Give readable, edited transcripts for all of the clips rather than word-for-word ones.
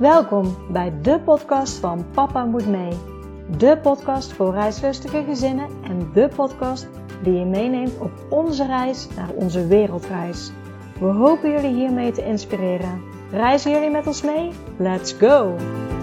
Welkom bij de podcast van Papa Moet Mee. De podcast voor reislustige gezinnen en de podcast die je meeneemt op onze reis naar onze wereldreis. We hopen jullie hiermee te inspireren. Reizen jullie met ons mee? Let's go!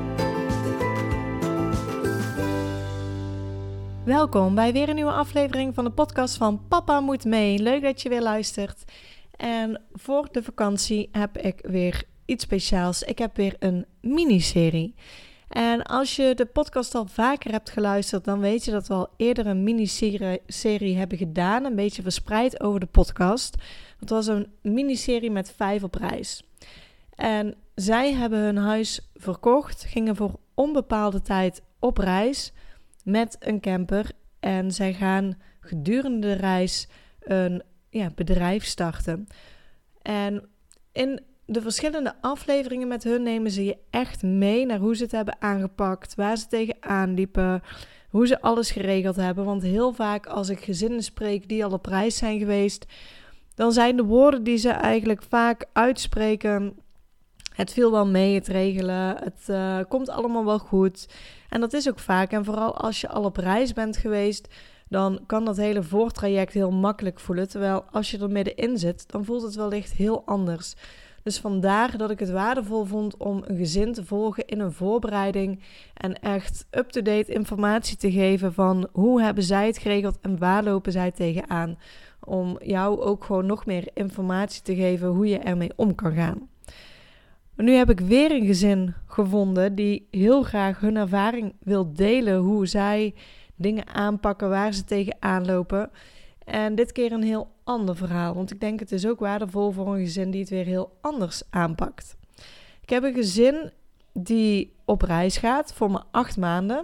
Welkom bij weer een nieuwe aflevering van de podcast van Papa Moet Mee. Leuk dat je weer luistert. En voor de vakantie heb ik weer iets speciaals. Ik heb weer een miniserie. En als je de podcast al vaker hebt geluisterd, dan weet je dat we al eerder een miniserie hebben gedaan. Een beetje verspreid over de podcast. Dat was een miniserie met 5 op reis. En zij hebben hun huis verkocht, gingen voor onbepaalde tijd op reis met een camper. En zij gaan gedurende de reis een bedrijf starten. En in de verschillende afleveringen met hun nemen ze je echt mee naar hoe ze het hebben aangepakt, waar ze tegenaan liepen, hoe ze alles geregeld hebben. Want heel vaak als ik gezinnen spreek die al op reis zijn geweest, dan zijn de woorden die ze eigenlijk vaak uitspreken: het viel wel mee, het regelen, het komt allemaal wel goed. En dat is ook vaak. En vooral als je al op reis bent geweest, dan kan dat hele voortraject heel makkelijk voelen. Terwijl als je er middenin zit, dan voelt het wellicht heel anders. Dus vandaar dat ik het waardevol vond om een gezin te volgen in een voorbereiding en echt up-to-date informatie te geven van hoe hebben zij het geregeld en waar lopen zij tegenaan. Om jou ook gewoon nog meer informatie te geven hoe je ermee om kan gaan. Nu heb ik weer een gezin gevonden die heel graag hun ervaring wil delen, hoe zij dingen aanpakken, waar ze tegenaan lopen. En dit keer een heel ander verhaal, want ik denk het is ook waardevol voor een gezin die het weer heel anders aanpakt. Ik heb een gezin die op reis gaat voor maar 8 maanden.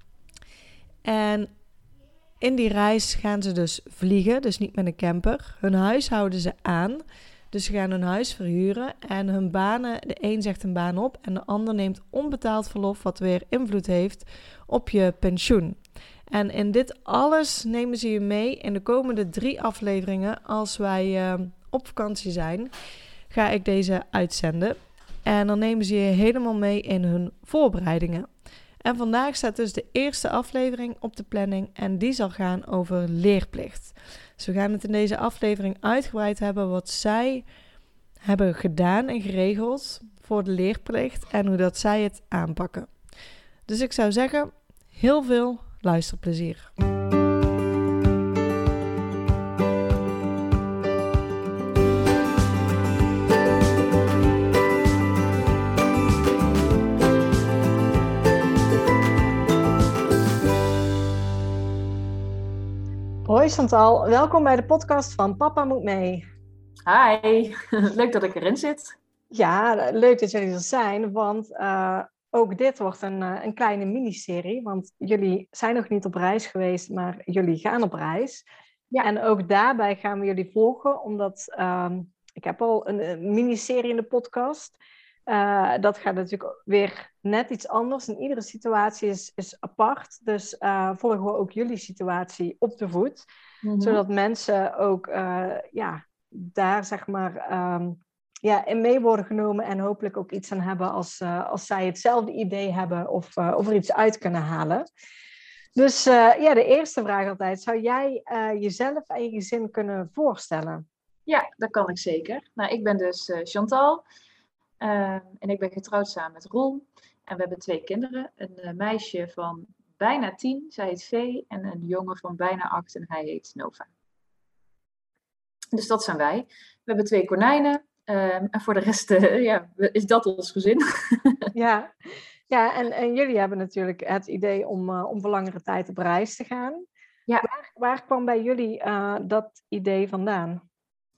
En in die reis gaan ze dus vliegen, dus niet met een camper. Hun huis houden ze aan, dus ze gaan hun huis verhuren. En hun banen, de een zegt een baan op en de ander neemt onbetaald verlof, wat weer invloed heeft op je pensioen. En in dit alles nemen ze je mee in de komende 3 afleveringen. Als wij op vakantie zijn, ga ik deze uitzenden. En dan nemen ze je helemaal mee in hun voorbereidingen. En vandaag staat dus de eerste aflevering op de planning. En die zal gaan over leerplicht. Dus we gaan het in deze aflevering uitgebreid hebben wat zij hebben gedaan en geregeld voor de leerplicht. En hoe dat zij het aanpakken. Dus ik zou zeggen, heel veel luisterplezier. Hoi Chantal, welkom bij de podcast van Papa Moet Mee. Hi, leuk dat ik erin zit. Ja, leuk dat jullie er zijn, want ook dit wordt een kleine miniserie, want jullie zijn nog niet op reis geweest, maar jullie gaan op reis. Ja. En ook daarbij gaan we jullie volgen, omdat ik heb al een miniserie in de podcast. Dat gaat natuurlijk weer net iets anders en iedere situatie is apart. Dus volgen we ook jullie situatie op de voet, zodat mensen ook daar zeg maar in mee worden genomen en hopelijk ook iets aan hebben als zij hetzelfde idee hebben of er iets uit kunnen halen. Dus de eerste vraag altijd. Zou jij jezelf en je gezin kunnen voorstellen? Ja, dat kan ik zeker. Nou, ik ben dus Chantal en ik ben getrouwd samen met Roel. En we hebben 2 kinderen. Een meisje van bijna 10, zij heet Vee, en een jongen van bijna 8 en hij heet Nova. Dus dat zijn wij. We hebben 2 konijnen. En voor de rest is dat ons gezin. Ja, en jullie hebben natuurlijk het idee om voor langere tijd op reis te gaan. Ja. Waar kwam bij jullie dat idee vandaan?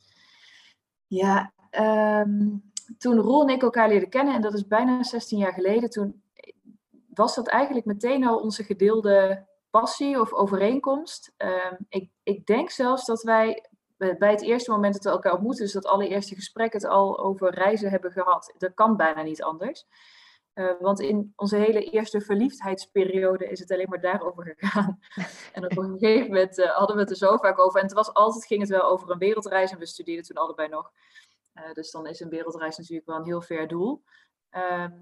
Ja, toen Roel en ik elkaar leerden kennen, en dat is bijna 16 jaar geleden, toen was dat eigenlijk meteen al onze gedeelde passie of overeenkomst. Ik denk zelfs dat wij bij het eerste moment dat we elkaar ontmoeten, dus dat allereerste gesprek, het al over reizen hebben gehad. Dat kan bijna niet anders. Want in onze hele eerste verliefdheidsperiode is het alleen maar daarover gegaan. En op een gegeven moment hadden we het er zo vaak over. En ging het wel over een wereldreis. En we studeerden toen allebei nog. Dus dan is een wereldreis natuurlijk wel een heel ver doel.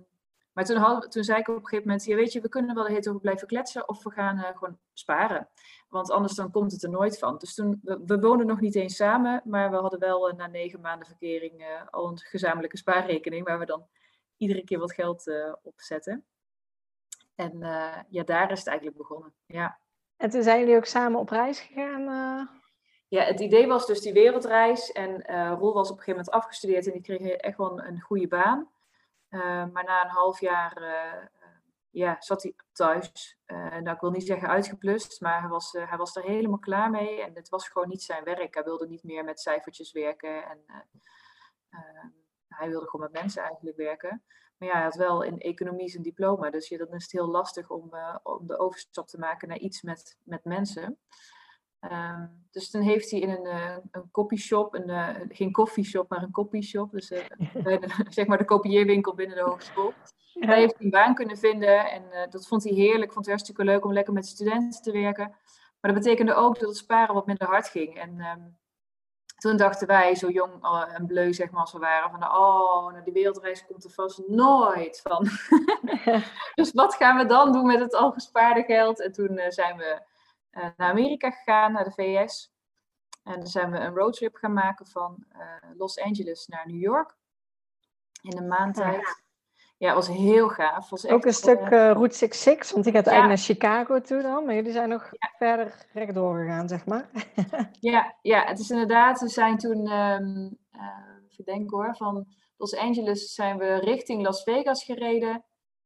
Maar toen zei ik op een gegeven moment, ja, weet je, we kunnen wel de hele tijd over blijven kletsen of we gaan gewoon sparen. Want anders dan komt het er nooit van. Dus toen, we woonden nog niet eens samen, maar we hadden wel na 9 maanden verkering al een gezamenlijke spaarrekening waar we dan iedere keer wat geld op zetten. En daar is het eigenlijk begonnen, ja. En toen zijn jullie ook samen op reis gegaan? Ja, het idee was dus die wereldreis. En Roel was op een gegeven moment afgestudeerd en die kreeg echt wel een goede baan. Maar na een half jaar zat hij thuis. Nou, ik wil niet zeggen uitgeblust, maar hij was er helemaal klaar mee. En het was gewoon niet zijn werk. Hij wilde niet meer met cijfertjes werken. En hij wilde gewoon met mensen eigenlijk werken. Maar ja, hij had wel in economie zijn diploma. Dus dan is het heel lastig om de overstap te maken naar iets met mensen. Dus toen heeft hij in een copyshop, geen koffieshop, maar een copyshop. Dus bij zeg maar de kopieerwinkel binnen de hogeschool. Ja. Daar heeft hij een baan kunnen vinden. En dat vond hij heerlijk. Vond het hartstikke leuk om lekker met studenten te werken. Maar dat betekende ook dat het sparen wat minder hard ging. En toen dachten wij, zo jong en bleu zeg maar als we waren, van nou, die wereldreis komt er vast nooit van. Dus wat gaan we dan doen met het al gespaarde geld? En toen zijn we naar Amerika gegaan, naar de VS. En dan zijn we een roadtrip gaan maken van Los Angeles naar New York. In een maand tijd. Ja, het was heel gaaf. Was echt, ook een stuk Route 66, want die gaat eigenlijk naar Chicago toe dan. Maar jullie zijn nog verder rechtdoor gegaan, zeg maar. Ja, het is inderdaad, we zijn toen, even denken hoor, van Los Angeles zijn we richting Las Vegas gereden.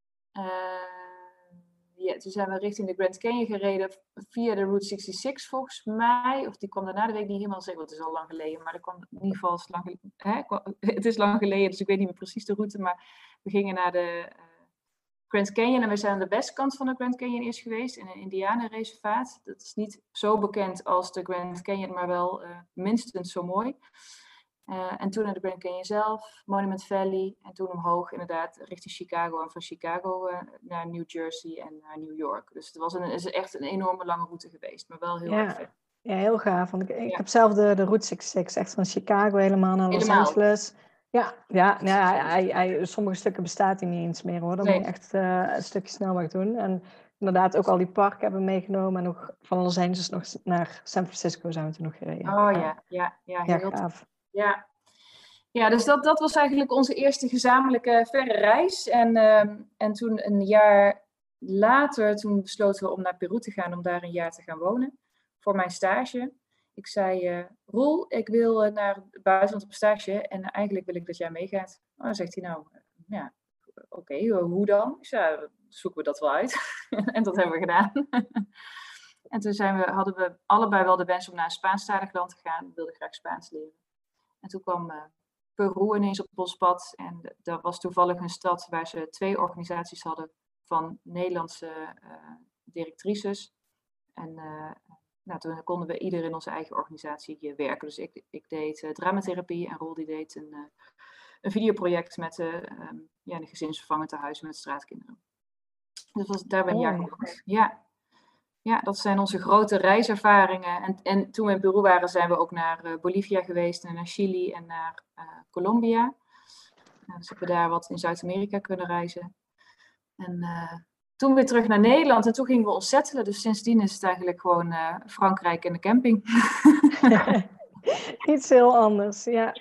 Toen zijn we richting de Grand Canyon gereden via de Route 66 volgens mij. Of die kwam daarna, de week niet helemaal zeker, want het is al lang geleden. Maar dat kwam in ieder geval het is lang geleden, dus ik weet niet meer precies de route. Maar we gingen naar de Grand Canyon en we zijn aan de westkant van de Grand Canyon eerst geweest. In een indianenreservaat. Dat is niet zo bekend als de Grand Canyon, maar wel minstens zo mooi. En toen naar de Grand Canyon zelf, Monument Valley. En toen omhoog inderdaad richting Chicago. En van Chicago naar New Jersey en naar New York. Dus het is echt een enorme lange route geweest. Maar wel heel erg vet. Ja, heel gaaf. Want ik heb zelf de Route 66 echt van Chicago helemaal naar Los Angeles. Sommige stukken bestaat die niet eens meer hoor. Dan moet je echt een stukje snelweg doen. En inderdaad ook al die parken hebben meegenomen. En nog van Los Angeles nog naar San Francisco zijn we toen nog gereden. Oh ja, heel gaaf. Ja, dus dat was eigenlijk onze eerste gezamenlijke verre reis. En toen een jaar later, toen besloten we om naar Peru te gaan, om daar een jaar te gaan wonen. Voor mijn stage. Ik zei, Roel, ik wil naar het buitenland op stage en eigenlijk wil ik dat jij meegaat. Oh, dan zegt hij, oké, hoe dan? Ik zei, zoeken we dat wel uit. En dat hebben we gedaan. En toen hadden we allebei wel de wens om naar een Spaanstalig land te gaan. We wilden graag Spaans leren. En toen kwam Peru ineens op ons pad. En dat was toevallig een stad waar ze 2 organisaties hadden van Nederlandse directrices. En toen konden we ieder in onze eigen organisatie werken. Dus ik deed dramatherapie en Roel die deed een videoproject met een gezinsvervangend tehuis met straatkinderen. Dus daar ben ik jaar geweest. Ja, dat zijn onze grote reiservaringen. En toen we in Peru waren, zijn we ook naar Bolivia geweest en naar Chili en naar Colombia. Dus hebben we daar wat in Zuid-Amerika kunnen reizen. En toen weer terug naar Nederland en toen gingen we ons settelen. Dus sindsdien is het eigenlijk gewoon Frankrijk en de camping. Iets heel anders, ja.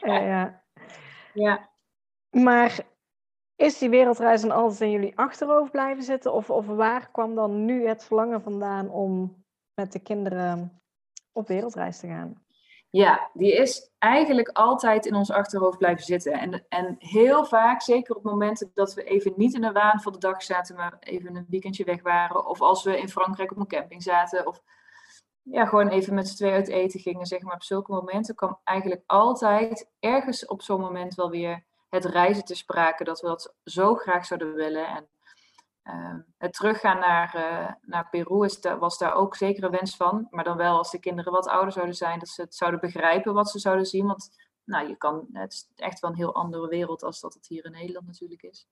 Maar is die wereldreis dan altijd in jullie achterhoofd blijven zitten? Of waar kwam dan nu het verlangen vandaan om met de kinderen op wereldreis te gaan? Ja, die is eigenlijk altijd in ons achterhoofd blijven zitten. En heel vaak, zeker op momenten dat we even niet in de waan van de dag zaten, maar even een weekendje weg waren. Of als we in Frankrijk op een camping zaten. Of gewoon even met z'n tweeën uit eten gingen, zeg maar. Op zulke momenten kwam eigenlijk altijd ergens op zo'n moment wel weer het reizen te sprake. Dat we dat zo graag zouden willen. En het teruggaan naar Peru was daar ook zeker een wens van. Maar dan wel als de kinderen wat ouder zouden zijn. Dat ze het zouden begrijpen wat ze zouden zien. Want het is echt wel een heel andere wereld als dat het hier in Nederland natuurlijk is.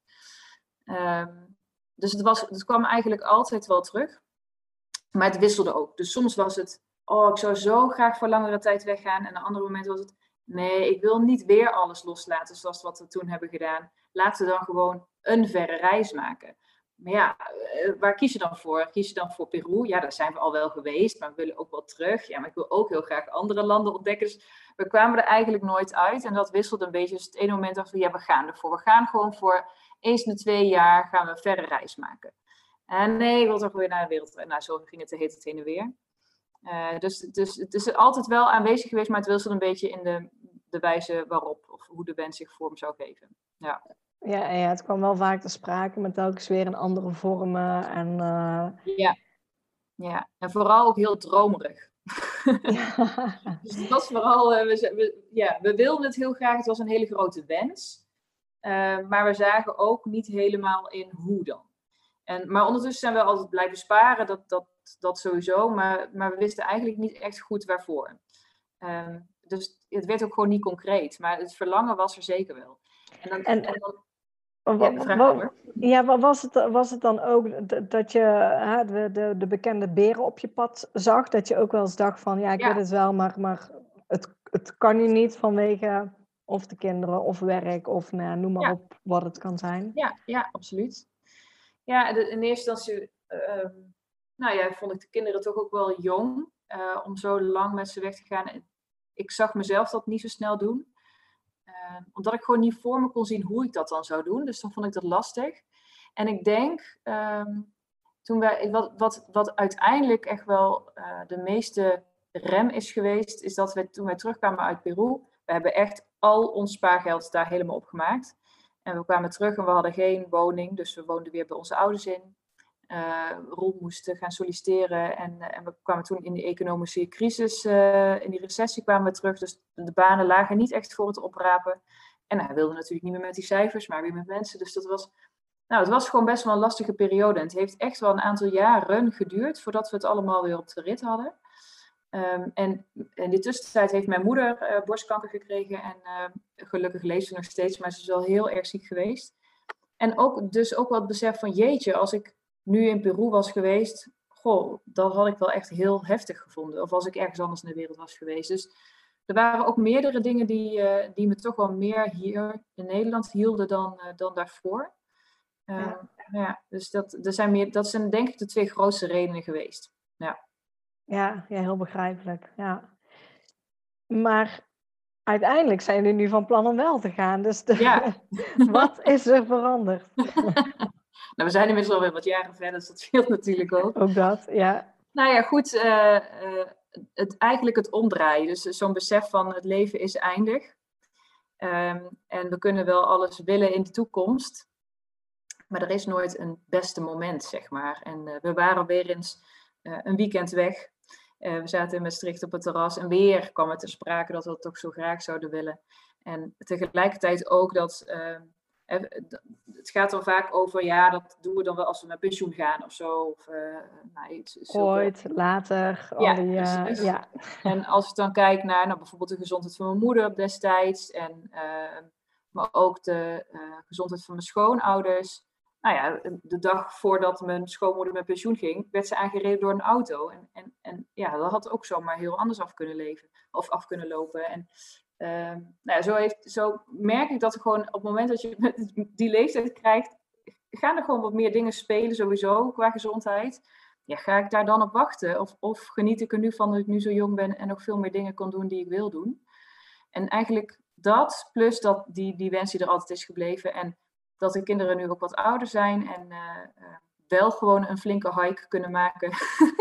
Dus het kwam eigenlijk altijd wel terug. Maar het wisselde ook. Dus soms was het, ik zou zo graag voor langere tijd weggaan. En op een ander moment was het, nee, ik wil niet weer alles loslaten zoals wat we toen hebben gedaan. laten we dan gewoon een verre reis maken. Maar ja, waar kies je dan voor? Kies je dan voor Peru? Ja, daar zijn we al wel geweest, maar we willen ook wel terug. Ja, maar ik wil ook heel graag andere landen ontdekken. Dus we kwamen er eigenlijk nooit uit. En dat wisselde een beetje. Dus het ene moment dachten we, ja, we gaan ervoor. We gaan gewoon voor eens in de 2 jaar gaan we een verre reis maken. En nee, ik wil toch weer naar de wereld. Nou, zo ging het heen en weer. Dus het is altijd wel aanwezig geweest, maar het wisselde een beetje in de wijze waarop. Of hoe de wens zich vorm zou geven. Ja. Ja, het kwam wel vaak te sprake met telkens weer in andere vormen. En, ja, en vooral ook heel dromerig. Dus het was vooral, we wilden het heel graag. Het was een hele grote wens. Maar we zagen ook niet helemaal in hoe dan. Maar ondertussen zijn we altijd blijven sparen, dat sowieso. Maar we wisten eigenlijk niet echt goed waarvoor. Dus het werd ook gewoon niet concreet. Maar het verlangen was er zeker wel. Was het dan ook dat je de bekende beren op je pad zag? Dat je ook wel eens dacht van, ja, ik weet het wel, maar het kan nu niet vanwege of de kinderen of werk of noem maar op wat het kan zijn. Ja, absoluut. Ja, in eerste instantie vond ik de kinderen toch ook wel jong om zo lang met ze weg te gaan. Ik zag mezelf dat niet zo snel doen. Omdat ik gewoon niet voor me kon zien hoe ik dat dan zou doen. Dus dan vond ik dat lastig. En ik denk, wat uiteindelijk echt wel de meeste rem is geweest, is dat toen wij terugkwamen uit Peru, we hebben echt al ons spaargeld daar helemaal opgemaakt. En we kwamen terug en we hadden geen woning, dus we woonden weer bij onze ouders in. Roel moest gaan solliciteren en we kwamen toen in die economische crisis, in die recessie kwamen we terug. Dus de banen lagen niet echt voor het oprapen. En hij wilde natuurlijk niet meer met die cijfers, maar weer met mensen. Dus het was gewoon best wel een lastige periode. En het heeft echt wel een aantal jaren geduurd voordat we het allemaal weer op de rit hadden. En in de tussentijd heeft mijn moeder borstkanker gekregen. En gelukkig leeft ze nog steeds, maar ze is wel heel erg ziek geweest. En dus ook wel het besef van, jeetje, als ik nu in Peru was geweest, dat had ik wel echt heel heftig gevonden. Of als ik ergens anders in de wereld was geweest. Dus er waren ook meerdere dingen die me toch wel meer hier in Nederland hielden dan daarvoor. Dus dat zijn denk ik de 2 grootste redenen geweest. Ja, heel begrijpelijk. Ja. Maar uiteindelijk zijn jullie nu van plan om wel te gaan. Dus wat is er veranderd? We zijn inmiddels alweer wat jaren verder, dus dat scheelt natuurlijk ook. Ook dat, ja. Nou ja, goed. Eigenlijk het omdraaien. Dus zo'n besef van het leven is eindig. En we kunnen wel alles willen in de toekomst. Maar er is nooit een beste moment, zeg maar. En we waren weer eens een weekend weg. We zaten in Maastricht op het terras. En weer kwam het ter sprake dat we dat toch zo graag zouden willen. En tegelijkertijd ook dat... het gaat er vaak over, dat doen we dan wel als we met pensioen gaan of zo. Of, ooit, later. En als ik dan kijk naar bijvoorbeeld de gezondheid van mijn moeder destijds. Maar ook de gezondheid van mijn schoonouders. Nou ja, de dag voordat mijn schoonmoeder met pensioen ging, werd ze aangereden door een auto. En dat had ook zomaar heel anders af kunnen lopen. En zo merk ik dat er gewoon op het moment dat je die leeftijd krijgt, gaan er gewoon wat meer dingen spelen sowieso qua gezondheid. Ja, ga ik daar dan op wachten? Of geniet ik er nu van dat ik nu zo jong ben en nog veel meer dingen kan doen die ik wil doen? En eigenlijk dat, plus dat die wens die er altijd is gebleven en dat de kinderen nu ook wat ouder zijn en wel gewoon een flinke hike kunnen maken.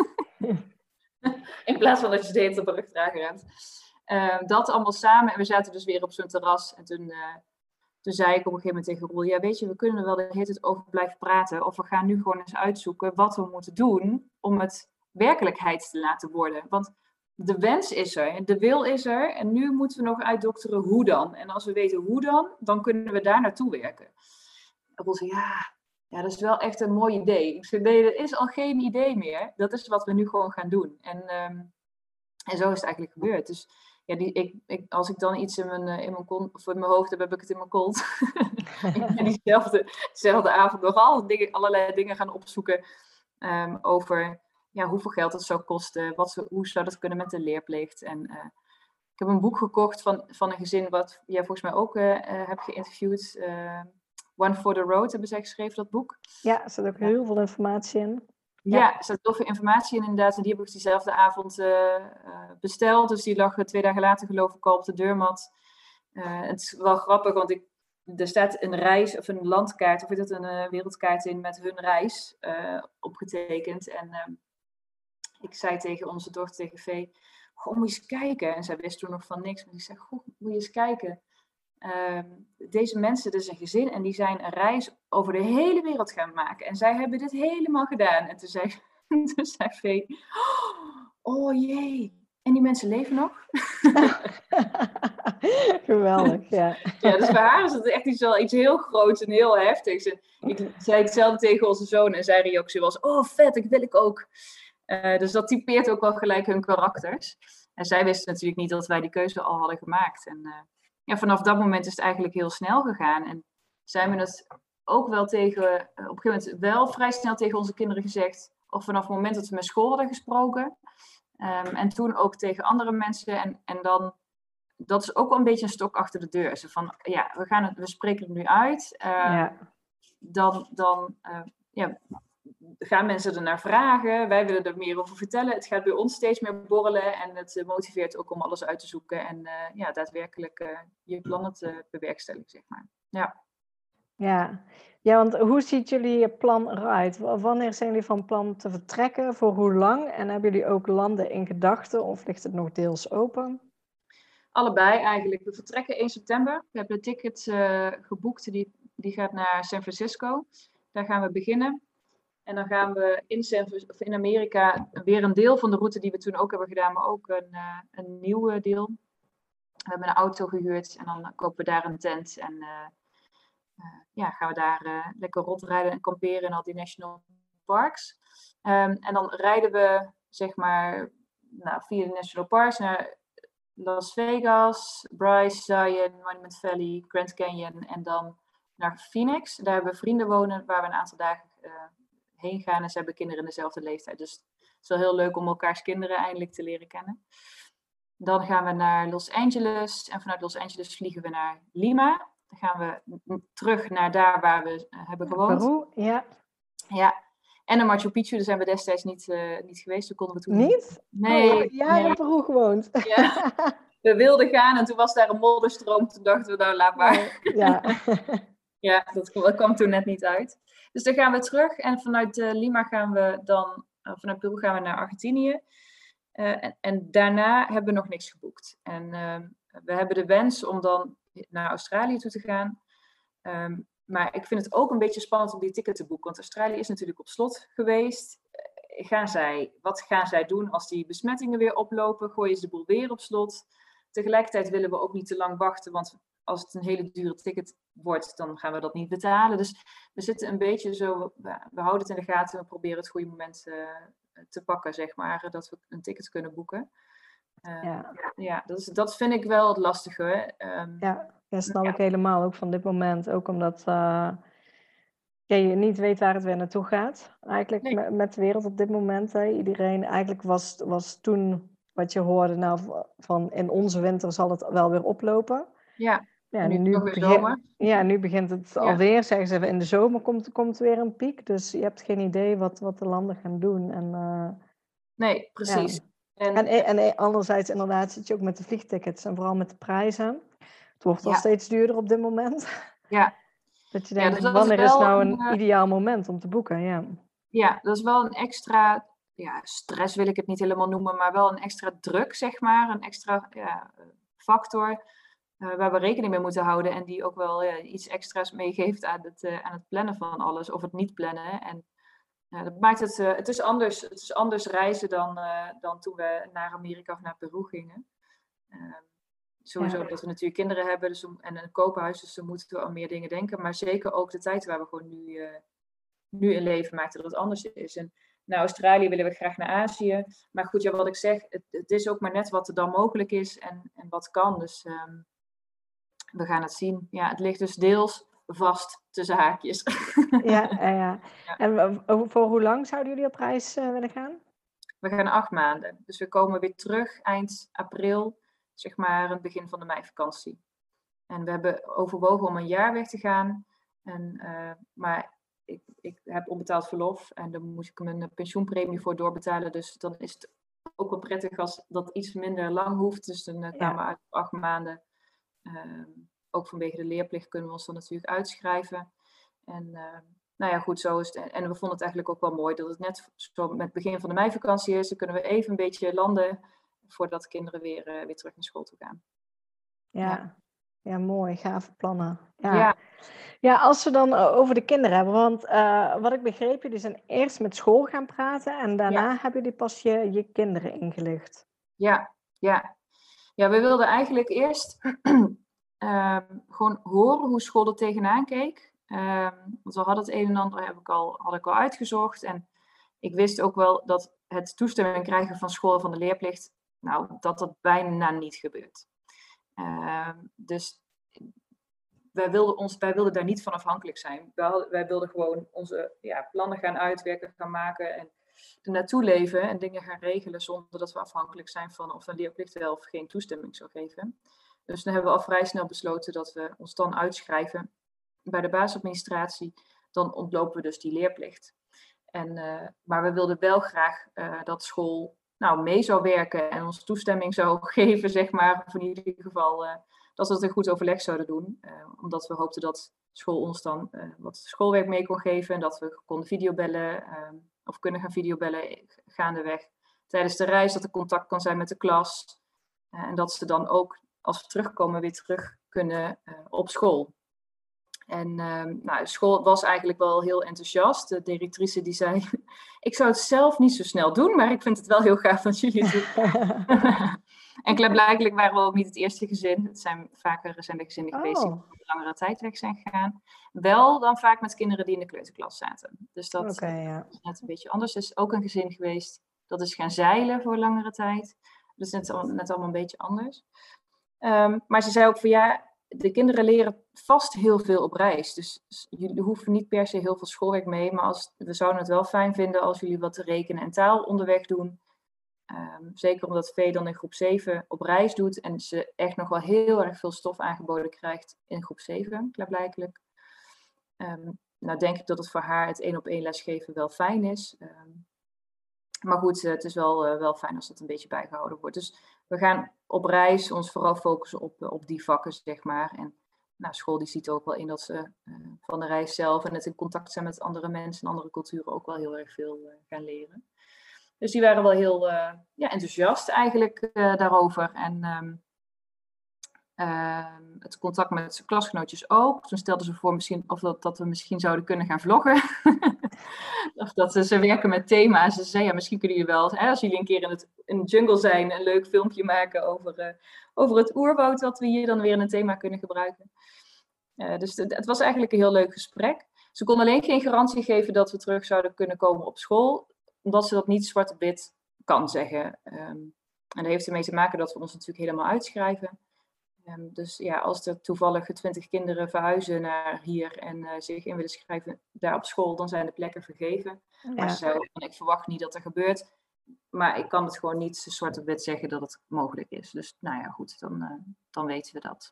In plaats van dat je de hele tijd op de rugdrager rent. Dat allemaal samen. En we zaten dus weer op zo'n terras. En toen zei ik op een gegeven moment tegen Roel, ja weet je, we kunnen er wel de hele tijd over blijven praten. Of we gaan nu gewoon eens uitzoeken wat we moeten doen om het werkelijkheid te laten worden. Want de wens is er, de wil is er. En nu moeten we nog uitdokteren hoe dan. En als we weten hoe dan kunnen we daar naartoe werken. En Roel zei, ja, dat is wel echt een mooi idee. Ik zei, nee, dat is al geen idee meer. Dat is wat we nu gewoon gaan doen. En zo is het eigenlijk gebeurd. Dus ja, als ik dan iets in mijn kont, of in mijn hoofd heb, heb ik het in mijn kont. Ik ben diezelfde avond nog allerlei dingen gaan opzoeken over hoeveel geld het zou kosten, hoe zou dat kunnen met de leerplicht. En ik heb een boek gekocht van een gezin wat jij volgens mij ook hebt geïnterviewd. One for the Road hebben zij geschreven, dat boek. Ja, er zit ook heel veel informatie in. Ja, er staat heel veel informatie in inderdaad. En die heb ik diezelfde avond besteld. Dus die lag 2 dagen later geloof ik al op de deurmat. Het is wel grappig, want er staat een reis of een landkaart, of is het een wereldkaart in met hun reis opgetekend. En ik zei tegen onze dochter, tegen Vee, goh, moet je eens kijken. En zij wist toen nog van niks. Maar ik zei, goh, moet je eens kijken. Deze mensen, dit is een gezin en die zijn een reis over de hele wereld gaan maken. En zij hebben dit helemaal gedaan. En toen zei Vee, oh jee, en die mensen leven nog? Geweldig, ja. Ja, dus bij haar is het echt iets heel groots en heel heftigs. En ik zei hetzelfde tegen onze zoon en zijn reactie was, oh vet, dat wil ik ook. Dus dat typeert ook wel gelijk hun karakters. En zij wisten natuurlijk niet dat wij die keuze al hadden gemaakt. En vanaf dat moment is het eigenlijk heel snel gegaan. En zijn we het ook wel op een gegeven moment wel vrij snel tegen onze kinderen gezegd. Of vanaf het moment dat we met school hadden gesproken. En toen ook tegen andere mensen. En dan, dat is ook wel een beetje een stok achter de deur. Zo van, ja, we spreken het nu uit. Dan gaan mensen er naar vragen. Wij willen er meer over vertellen. Het gaat bij ons steeds meer borrelen. En het motiveert ook om alles uit te zoeken. En daadwerkelijk je plannen te bewerkstelligen, zeg maar. Ja, want hoe ziet jullie plan eruit? Wanneer zijn jullie van plan te vertrekken? Voor hoe lang? En hebben jullie ook landen in gedachten? Of ligt het nog deels open? Allebei eigenlijk. We vertrekken 1 september. We hebben de tickets geboekt. Die gaat naar San Francisco. Daar gaan we beginnen. En dan gaan we in Amerika weer een deel van de route die we toen ook hebben gedaan, maar ook een nieuw deel. We hebben een auto gehuurd en dan kopen we daar een tent. En gaan we daar lekker rondrijden en kamperen in al die national parks. En dan rijden we, zeg maar, via de national parks naar Las Vegas, Bryce, Zion, Monument Valley, Grand Canyon en dan naar Phoenix. Daar hebben we vrienden wonen waar we een aantal dagen heen gaan. En ze hebben kinderen in dezelfde leeftijd. Dus het is wel heel leuk om elkaars kinderen eindelijk te leren kennen. Dan gaan we naar Los Angeles. En vanuit Los Angeles vliegen we naar Lima. Dan gaan we terug naar daar waar we hebben gewoond. Peru, ja. Ja. En naar Machu Picchu, daar zijn we destijds niet geweest. Daar konden we toen niet. Nee. Ja, in Peru gewoond. Ja. We wilden gaan en toen was daar een modderstroom. Toen dachten we, nou laat maar. Ja. Ja, dat kwam toen net niet uit. Dus dan gaan we terug en vanuit Lima gaan we dan, vanuit Peru gaan we naar Argentinië. En daarna hebben we nog niks geboekt. En we hebben de wens om dan naar Australië toe te gaan. Maar ik vind het ook een beetje spannend om die ticket te boeken. Want Australië is natuurlijk op slot geweest. Wat gaan zij doen als die besmettingen weer oplopen? Gooien ze de boel weer op slot? Tegelijkertijd willen we ook niet te lang wachten, want als het een hele dure ticket wordt, dan gaan we dat niet betalen. Dus we zitten een beetje zo, we houden het in de gaten, we proberen het goede moment te pakken, zeg maar, dat we een ticket kunnen boeken. Dat vind ik wel het lastige. Ja, snap ik helemaal, ook van dit moment. Ook omdat je niet weet waar het weer naartoe gaat. Eigenlijk met de wereld op dit moment. Iedereen, eigenlijk was toen wat je hoorde, nou, van in onze winter zal het wel weer oplopen. Ja, nu begint het alweer. Zeggen ze, in de zomer komt weer een piek. Dus je hebt geen idee wat de landen gaan doen. Nee, precies. Ja. En anderzijds inderdaad zit je ook met de vliegtickets en vooral met de prijzen. Het wordt wel steeds duurder op dit moment. Ja. Dat je denkt, dus wanneer is nou een ideaal moment om te boeken? Ja, dat is wel een extra stress wil ik het niet helemaal noemen, maar wel een extra druk, zeg maar. Een extra factor waar we rekening mee moeten houden en die ook wel iets extra's meegeeft aan het plannen van alles of het niet plannen. En dat maakt het is anders. Het is anders reizen dan toen we naar Amerika of naar Peru gingen. Sowieso dat we natuurlijk kinderen hebben en een koophuis, dus dan moeten we aan meer dingen denken. Maar zeker ook de tijd waar we gewoon nu in leven maakt dat het anders is. En naar Australië willen we graag naar Azië. Maar goed, wat ik zeg, het is ook maar net wat er dan mogelijk is en wat kan. Dus we gaan het zien. Ja, het ligt dus deels vast tussen haakjes. Ja. En voor hoe lang zouden jullie op reis willen gaan? We gaan 8 maanden. Dus we komen weer terug eind april, zeg maar het begin van de meivakantie. En we hebben overwogen om een jaar weg te gaan. Maar ik heb onbetaald verlof en daar moet ik mijn pensioenpremie voor doorbetalen. Dus dan is het ook wel prettig als dat iets minder lang hoeft. Dus dan kwamen we uit op 8 maanden. Ook vanwege de leerplicht kunnen we ons dan natuurlijk uitschrijven. En goed, zo is het. En we vonden het eigenlijk ook wel mooi dat het net zo met het begin van de meivakantie is. Dan kunnen we even een beetje landen voordat kinderen weer terug naar school toe gaan. Ja, mooi. Gave plannen. Ja, als we dan over de kinderen hebben. Want wat ik begreep, jullie zijn eerst met school gaan praten. En daarna hebben jullie pas je kinderen ingelicht. Ja, we wilden eigenlijk eerst gewoon horen hoe school er tegenaan keek. Want we hadden het een en ander had ik al uitgezocht. En ik wist ook wel dat het toestemming krijgen van school van de leerplicht, dat bijna niet gebeurt. Dus wij wilden daar niet van afhankelijk zijn. Wij wilden gewoon onze plannen gaan uitwerken, gaan maken en er naartoe leven en dingen gaan regelen zonder dat we afhankelijk zijn van of een leerplicht wel of geen toestemming zou geven. Dus dan hebben we al vrij snel besloten dat we ons dan uitschrijven bij de basisadministratie. Dan ontlopen we dus die leerplicht. Maar we wilden wel graag dat school mee zou werken en ons toestemming zou geven, zeg maar. Of in ieder geval dat we het in goed overleg zouden doen. Omdat we hoopten dat school ons dan wat schoolwerk mee kon geven. En dat we konden videobellen of kunnen gaan videobellen gaandeweg tijdens de reis. Dat er contact kan zijn met de klas. En dat ze dan ook, als we terugkomen, weer terug kunnen op school. En school was eigenlijk wel heel enthousiast. De directrice die zei, ik zou het zelf niet zo snel doen, maar ik vind het wel heel gaaf dat jullie het doen. En klaarblijkelijk waren we ook niet het eerste gezin. Het zijn vaker de gezinnen geweest die voor een langere tijd weg zijn gegaan. Wel dan vaak met kinderen die in de kleuterklas zaten. Dus dat is net een beetje anders. Er is ook een gezin geweest dat is gaan zeilen voor een langere tijd. Dus net allemaal een beetje anders. Maar ze zei ook van de kinderen leren vast heel veel op reis. Dus jullie hoeven niet per se heel veel schoolwerk mee. Maar we zouden het wel fijn vinden als jullie wat rekenen en taal onderweg doen. Zeker omdat Vee dan in groep 7 op reis doet. En ze echt nog wel heel erg veel stof aangeboden krijgt in groep 7, klaarblijkelijk. Denk ik dat het voor haar het 1-op-1 lesgeven wel fijn is. Maar goed, het is wel fijn als dat een beetje bijgehouden wordt. Dus we gaan op reis ons vooral focussen op die vakken, zeg maar. En school die ziet ook wel in dat ze van de reis zelf en het in contact zijn met andere mensen en andere culturen ook wel heel erg veel gaan leren. Dus die waren wel heel enthousiast eigenlijk daarover. En het contact met zijn klasgenootjes ook. Toen stelden ze voor dat we misschien zouden kunnen gaan vloggen. Of dat ze werken met thema's. Ze zeiden, misschien kunnen jullie wel, als jullie een keer in de jungle zijn, een leuk filmpje maken over het oerwoud, wat we hier dan weer in een thema kunnen gebruiken. Dus het was eigenlijk een heel leuk gesprek. Ze kon alleen geen garantie geven dat we terug zouden kunnen komen op school, omdat ze dat niet zwart op wit kan zeggen. En dat heeft ermee te maken dat we ons natuurlijk helemaal uitschrijven. Dus als er toevallig 20 kinderen verhuizen naar hier en zich in willen schrijven daar op school, dan zijn de plekken vergeven. Ja. Maar ze zei ook, ik verwacht niet dat er gebeurt. Maar ik kan het gewoon niet zwart op wit zeggen dat het mogelijk is. Dus goed, dan weten we dat.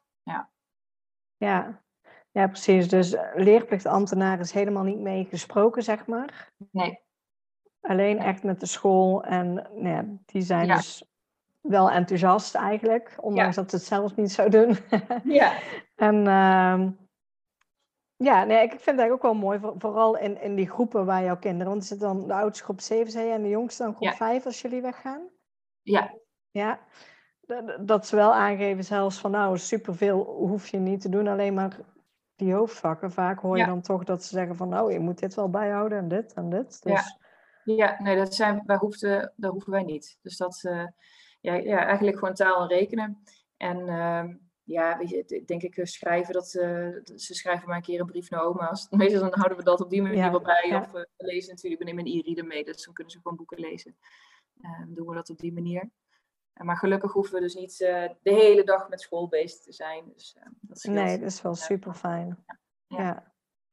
Ja, precies. Dus leerplichtambtenaar is helemaal niet mee gesproken, zeg maar. Nee. Alleen echt met de school. En die zijn dus wel enthousiast eigenlijk. Ondanks dat ze het zelf niet zou doen. Ja. En ik vind het eigenlijk ook wel mooi. Vooral in die groepen waar jouw kinderen... Want er zit dan de oudste groep 7, zei je, en de jongste dan groep 5 als jullie weggaan. Ja. Dat ze wel aangeven zelfs van superveel hoef je niet te doen. Alleen maar die hoofdvakken. Vaak hoor je dan toch dat ze zeggen van je moet dit wel bijhouden en dit en dit. Dus... nee, dat hoeven wij niet. Dus dat eigenlijk gewoon taal en rekenen. En weet je, denk ik schrijven, ze schrijven maar een keer een brief naar oma's. Meestal dan houden we dat op die manier wel bij. Of we lezen natuurlijk, we nemen een e-reader mee, dus dan kunnen ze gewoon boeken lezen. Doen we dat op die manier. Maar gelukkig hoeven we dus niet de hele dag met school bezig te zijn. Dus, dat is wel super fijn. Ja.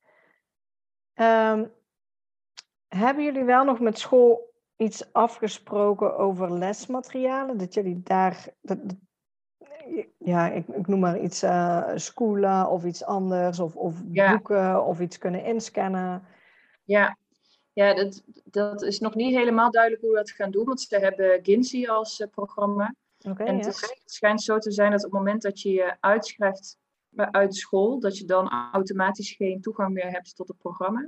Hebben jullie wel nog met school iets afgesproken over lesmaterialen? Dat jullie daar... ja, ik noem maar iets, schoolen of iets anders, of Ja. boeken of iets kunnen inscannen. Ja, dat is nog niet helemaal duidelijk hoe we dat gaan doen, want ze hebben Ginsi als programma. Oké, En ja. het schijnt zo te zijn dat op het moment dat je je uitschrijft uit de school, dat je dan automatisch geen toegang meer hebt tot het programma.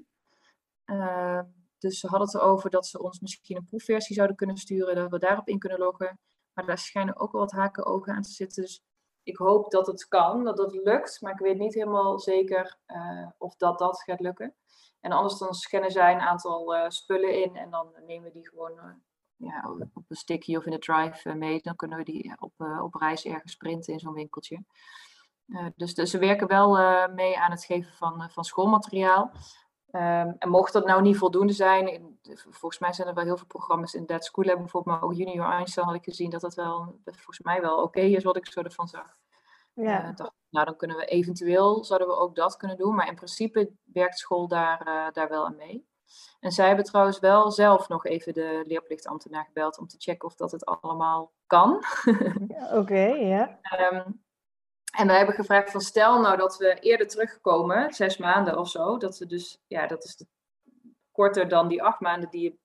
Dus ze hadden het erover dat ze ons misschien een proefversie zouden kunnen sturen, dat we daarop in kunnen loggen. Maar daar schijnen ook wel wat haken ogen aan te zitten. Dus ik hoop dat het kan, dat het lukt. Maar ik weet niet helemaal zeker of dat gaat lukken. En anders dan scannen zij een aantal spullen in. En dan nemen we die gewoon op een sticky of in de drive mee. Dan kunnen we die op reis ergens printen in zo'n winkeltje. Dus ze werken wel mee aan het geven van schoolmateriaal. En mocht dat nou niet voldoende zijn, volgens mij zijn er wel heel veel programma's in That School Lab bijvoorbeeld, maar ook Junior Einstein had ik gezien dat volgens mij wel oké is wat ik zo ervan zag. Ja. Dan kunnen we eventueel, zouden we ook dat kunnen doen, maar in principe werkt school daar wel aan mee. En zij hebben trouwens wel zelf nog even de leerplichtambtenaar gebeld om te checken of dat het allemaal kan. Oké, ja. En we hebben gevraagd van stel nou dat we eerder terugkomen, 6 maanden of zo, dat we dus, dat is korter dan die 8 maanden die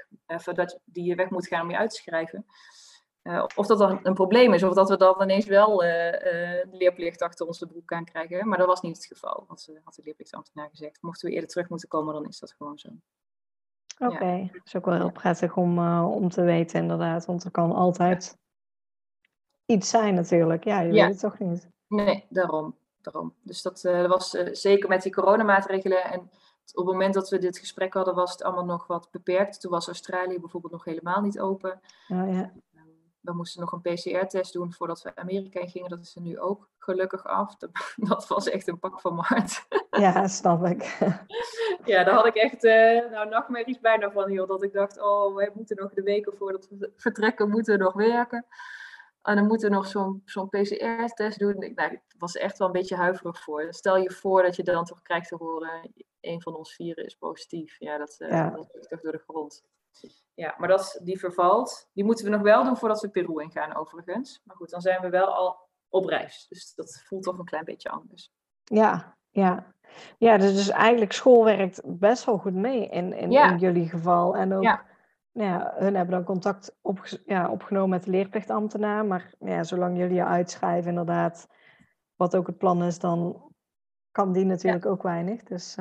je weg moet gaan om je uit te schrijven. Of dat dan een probleem is, of dat we dan ineens wel leerplicht achter onze broek aan krijgen. Maar dat was niet het geval, want ze had de leerplichtambtenaar gezegd. Mochten we eerder terug moeten komen, dan is dat gewoon zo. Oké, dat is ook wel heel prettig om te weten inderdaad, want er kan altijd iets zijn natuurlijk. Ja, je weet het toch niet. Nee, daarom. Dus dat was zeker met die coronamaatregelen. En op het moment dat we dit gesprek hadden, was het allemaal nog wat beperkt. Toen was Australië bijvoorbeeld nog helemaal niet open. Ja. We moesten nog een PCR-test doen voordat we Amerika in gingen. Dat is er nu ook gelukkig af. Dat was echt een pak van mijn hart. Ja, snap ik. Ja, daar had ik echt nachtmerries bijna van, joh. Dat ik dacht, we moeten nog de weken voordat we vertrekken, moeten we nog werken. En dan moeten we nog zo'n PCR-test doen. Ik was echt wel een beetje huiverig voor. Stel je voor dat je dan toch krijgt te horen, een van ons 4 is positief. Ja, dat is toch door de grond. Ja, maar die vervalt. Die moeten we nog wel doen voordat we Peru ingaan overigens. Maar goed, dan zijn we wel al op reis. Dus dat voelt toch een klein beetje anders. Ja. Ja, dus eigenlijk school werkt best wel goed mee in jullie geval. En ook, hun hebben dan contact opgenomen met de leerplichtambtenaar. Maar zolang jullie je uitschrijven inderdaad, wat ook het plan is, dan kan die natuurlijk ook weinig. Dus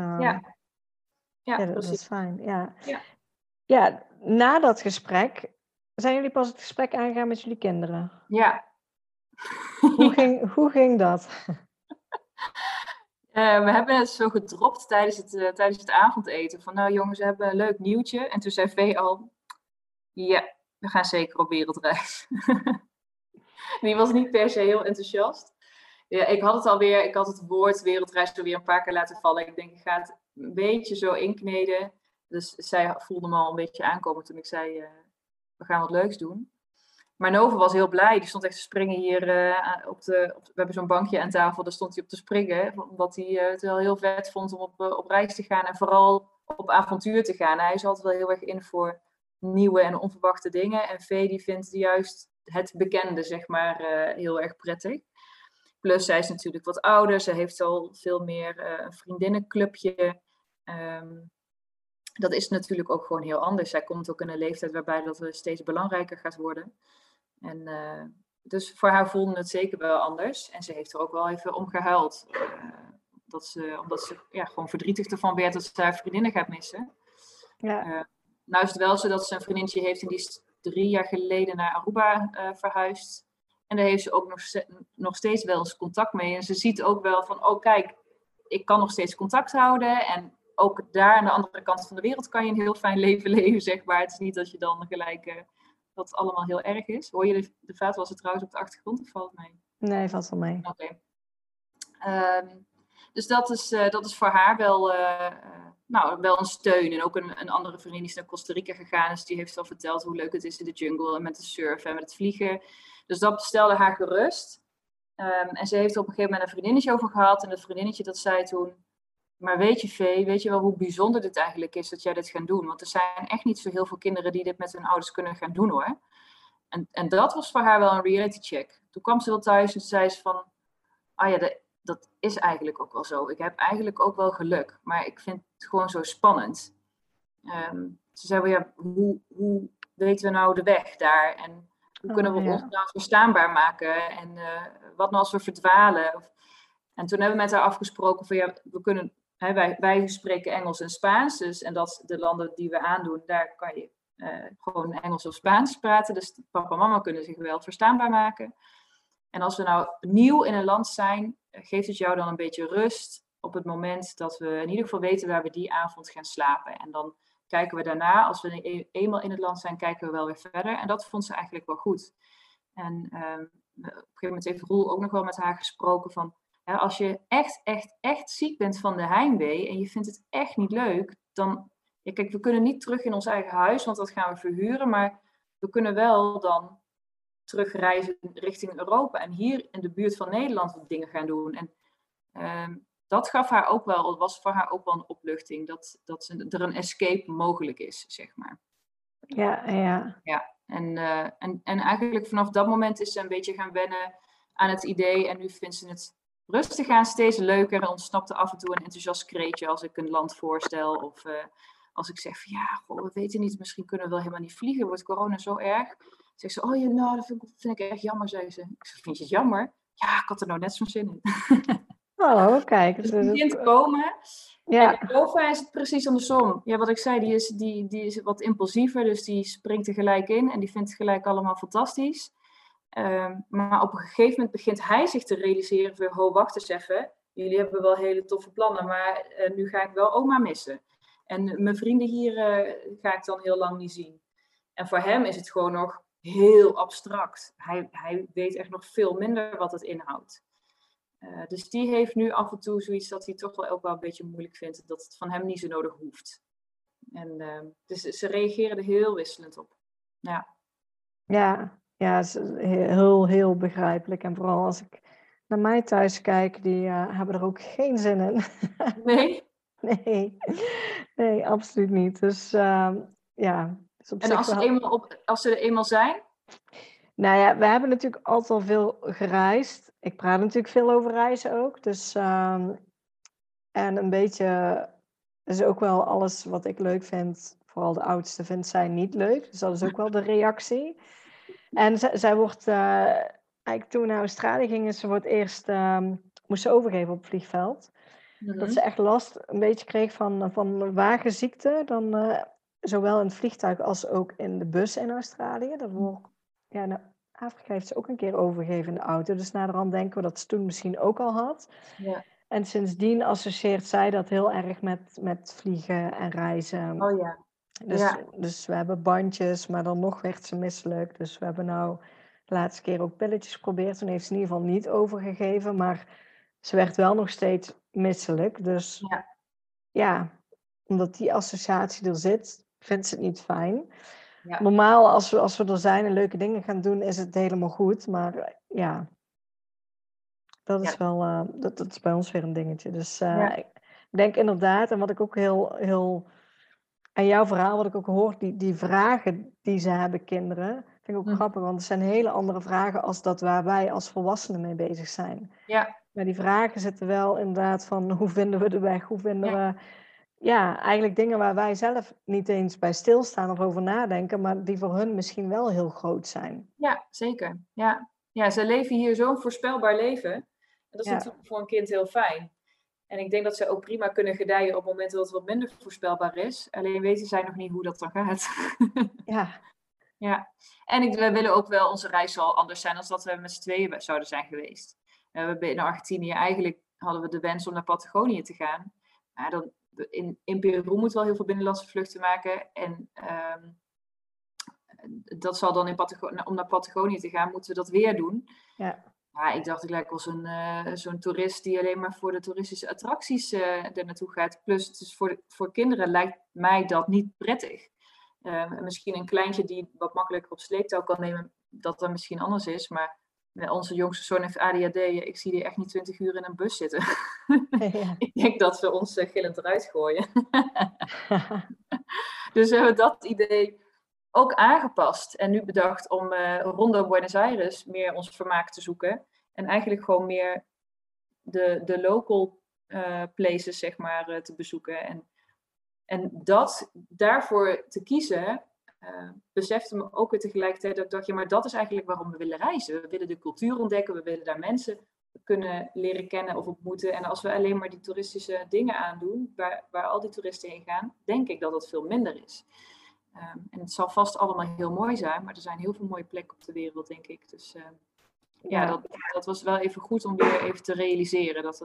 dat is fijn. Ja, na dat gesprek, zijn jullie pas het gesprek aangegaan met jullie kinderen? Ja. Hoe ging dat? We hebben het zo gedropt tijdens het avondeten. Van nou jongens, we hebben een leuk nieuwtje. En toen zei Vee al, ja, we gaan zeker op wereldreis. Die was niet per se heel enthousiast. Ja, ik had het woord wereldreis alweer een paar keer laten vallen. Ik denk, ik ga het een beetje zo inkneden. Dus zij voelde me al een beetje aankomen toen ik zei, we gaan wat leuks doen. Maar Nova was heel blij. Die stond echt te springen hier we hebben zo'n bankje aan tafel. Daar stond hij op te springen. Omdat hij het wel heel vet vond om op reis te gaan. En vooral op avontuur te gaan. Hij is altijd wel heel erg in voor nieuwe en onverwachte dingen. En Vee die vindt juist het bekende, zeg maar, heel erg prettig. Plus, zij is natuurlijk wat ouder. Ze heeft al veel meer een vriendinnenclubje. Dat is natuurlijk ook gewoon heel anders. Zij komt ook in een leeftijd waarbij dat steeds belangrijker gaat worden. En dus voor haar voelde het zeker wel anders. En ze heeft er ook wel even om gehuild. Omdat ze gewoon verdrietig ervan werd dat ze haar vriendinnen gaat missen. Ja. Nou is het wel zo dat ze een vriendinnetje heeft en die is 3 jaar geleden naar Aruba verhuisd. En daar heeft ze ook nog steeds wel eens contact mee. En ze ziet ook wel van, kijk, ik kan nog steeds contact houden. En ook daar aan de andere kant van de wereld kan je een heel fijn leven leven, zeg maar. Het is niet dat je dan gelijk dat het allemaal heel erg is. Hoor je de vaatwasser trouwens op de achtergrond of valt het mee? Nee, valt wel mee. Oké. Dus dat is voor haar wel een steun. En ook een andere vriendin is naar Costa Rica gegaan. Dus die heeft al verteld hoe leuk het is in de jungle en met de surfen en met het vliegen. Dus dat stelde haar gerust. En ze heeft er op een gegeven moment een vriendinnetje over gehad. En dat vriendinnetje dat zei toen, maar weet je Vee, weet je wel hoe bijzonder dit eigenlijk is dat jij dit gaat doen? Want er zijn echt niet zo heel veel kinderen die dit met hun ouders kunnen gaan doen hoor. En dat was voor haar wel een reality check. toen kwam ze wel thuis en zei ze van... dat is eigenlijk ook wel zo. Ik heb eigenlijk ook wel geluk. Maar ik vind het gewoon zo spannend. Ze zei wel, hoe weten we nou de weg daar? En hoe kunnen we ons nou verstaanbaar maken? En wat nou als we verdwalen? En toen hebben we met haar afgesproken van we kunnen... Wij spreken Engels en Spaans. Dus, en dat de landen die we aandoen, daar kan je gewoon Engels of Spaans praten. Dus papa en mama kunnen zich wel verstaanbaar maken. En als we nou nieuw in een land zijn, geeft het jou dan een beetje rust op het moment dat we in ieder geval weten waar we die avond gaan slapen. En dan kijken we daarna, als we eenmaal in het land zijn, kijken we wel weer verder. En dat vond ze eigenlijk wel goed. En op een gegeven moment heeft Roel ook nog wel met haar gesproken van... als je echt ziek bent van de heimwee en je vindt het echt niet leuk, dan... Ja, kijk, we kunnen niet terug in ons eigen huis, want dat gaan we verhuren. Maar we kunnen wel dan terugreizen richting Europa. En hier in de buurt van Nederland dingen gaan doen. En dat gaf haar ook wel, was voor haar ook wel een opluchting. Dat er een escape mogelijk is, zeg maar. Ja. En eigenlijk vanaf dat moment is ze een beetje gaan wennen aan het idee. En nu vindt ze het rustig aan steeds leuker. En ontsnapt er af en toe een enthousiast kreetje als ik een land voorstel. Of als ik zeg van we weten niet, misschien kunnen we wel helemaal niet vliegen. Wordt corona zo erg? Zegt ze, dat vind ik echt jammer, zei ze. Ik zeg, vind je het jammer? Ja, ik had er nou net zo'n zin in. Oh, kijk. Dus het begint te komen. Ja. En bij Nova is het precies andersom. Ja, wat ik zei, die is wat impulsiever, dus die springt er gelijk in en die vindt het gelijk allemaal fantastisch. Maar op een gegeven moment begint hij zich te realiseren van, wacht eens even, jullie hebben wel hele toffe plannen, maar nu ga ik wel oma missen. En mijn vrienden hier ga ik dan heel lang niet zien. En voor hem is het gewoon nog heel abstract. Hij weet echt nog veel minder wat het inhoudt. Dus die heeft nu af en toe zoiets dat hij toch wel ook wel een beetje moeilijk vindt. Dat het van hem niet zo nodig hoeft. En dus ze reageren er heel wisselend op. Ja, heel, heel begrijpelijk. En vooral als ik naar mij thuis kijk, die hebben er ook geen zin in. Nee? Nee, absoluut niet. Dus Dus en als ze er eenmaal zijn? Nou ja, we hebben natuurlijk altijd al veel gereisd. Ik praat natuurlijk veel over reizen ook. Dus, en een beetje, is ook wel alles wat ik leuk vind. Vooral de oudste vindt zij niet leuk. Dus dat is ook wel de reactie. En zij wordt, eigenlijk toen we naar Australië gingen, ze wordt eerst, moest ze overgeven op het vliegveld. Mm-hmm. Dat ze echt last een beetje kreeg van wagenziekte. Dan, zowel in het vliegtuig als ook in de bus in Australië. Afrika heeft ze ook een keer overgegeven in de auto. Dus naderhand denken we dat ze toen misschien ook al had. Ja. En sindsdien associeert zij dat heel erg met vliegen en reizen. Oh ja. Dus we hebben bandjes, maar dan nog werd ze misselijk. Dus we hebben nou de laatste keer ook pilletjes geprobeerd. Toen heeft ze in ieder geval niet overgegeven. Maar ze werd wel nog steeds misselijk. Dus omdat die associatie er zit, vindt ze het niet fijn. Ja. Normaal, als we er zijn en leuke dingen gaan doen, is het helemaal goed. Maar dat is wel, dat is bij ons weer een dingetje. Dus ik denk inderdaad, en wat ik ook heel aan jouw verhaal, wat ik ook hoor, die vragen die ze hebben, kinderen, vind ik ook grappig. Want het zijn hele andere vragen als dat waar wij als volwassenen mee bezig zijn. Ja. Maar die vragen zitten wel inderdaad van, hoe vinden we de weg? Hoe vinden we... Ja, eigenlijk dingen waar wij zelf niet eens bij stilstaan of over nadenken, maar die voor hun misschien wel heel groot zijn. Ja, zeker. Ja, ze leven hier zo'n voorspelbaar leven. En dat is natuurlijk voor een kind heel fijn. En ik denk dat ze ook prima kunnen gedijen op momenten dat het wat minder voorspelbaar is. Alleen weten zij nog niet hoe dat dan gaat. Ja. En we willen ook wel, onze reis zal anders zijn dan dat we met z'n tweeën zouden zijn geweest. We hebben in Argentinië eigenlijk hadden we de wens om naar Patagonië te gaan. Maar dan in Peru moet wel heel veel binnenlandse vluchten maken. En dat zal dan om naar Patagonië te gaan, moeten we dat weer doen. Ja. Ja, ik dacht, ik lijk wel zo'n toerist die alleen maar voor de toeristische attracties er naartoe gaat. Plus, het is voor kinderen lijkt mij dat niet prettig. Misschien een kleintje die wat makkelijker op sleeptouw kan nemen, dat misschien anders is. Maar onze jongste zoon heeft ADHD. Ik zie die echt niet 20 uur in een bus zitten. Ja. Ik denk dat ze ons gillend eruit gooien. Dus we hebben dat idee ook aangepast en nu bedacht om rondom Buenos Aires meer ons vermaak te zoeken. En eigenlijk gewoon meer de local places, zeg maar, te bezoeken. En daarvoor te kiezen, besefte me ook weer tegelijkertijd dat ik dacht, ja, maar dat is eigenlijk waarom we willen reizen. We willen de cultuur ontdekken, we willen daar mensen kunnen leren kennen of ontmoeten. En als we alleen maar die toeristische dingen aandoen, waar al die toeristen heen gaan, denk ik dat het veel minder is. En het zal vast allemaal heel mooi zijn, maar er zijn heel veel mooie plekken op de wereld, denk ik. Dus dat was wel even goed om weer even te realiseren dat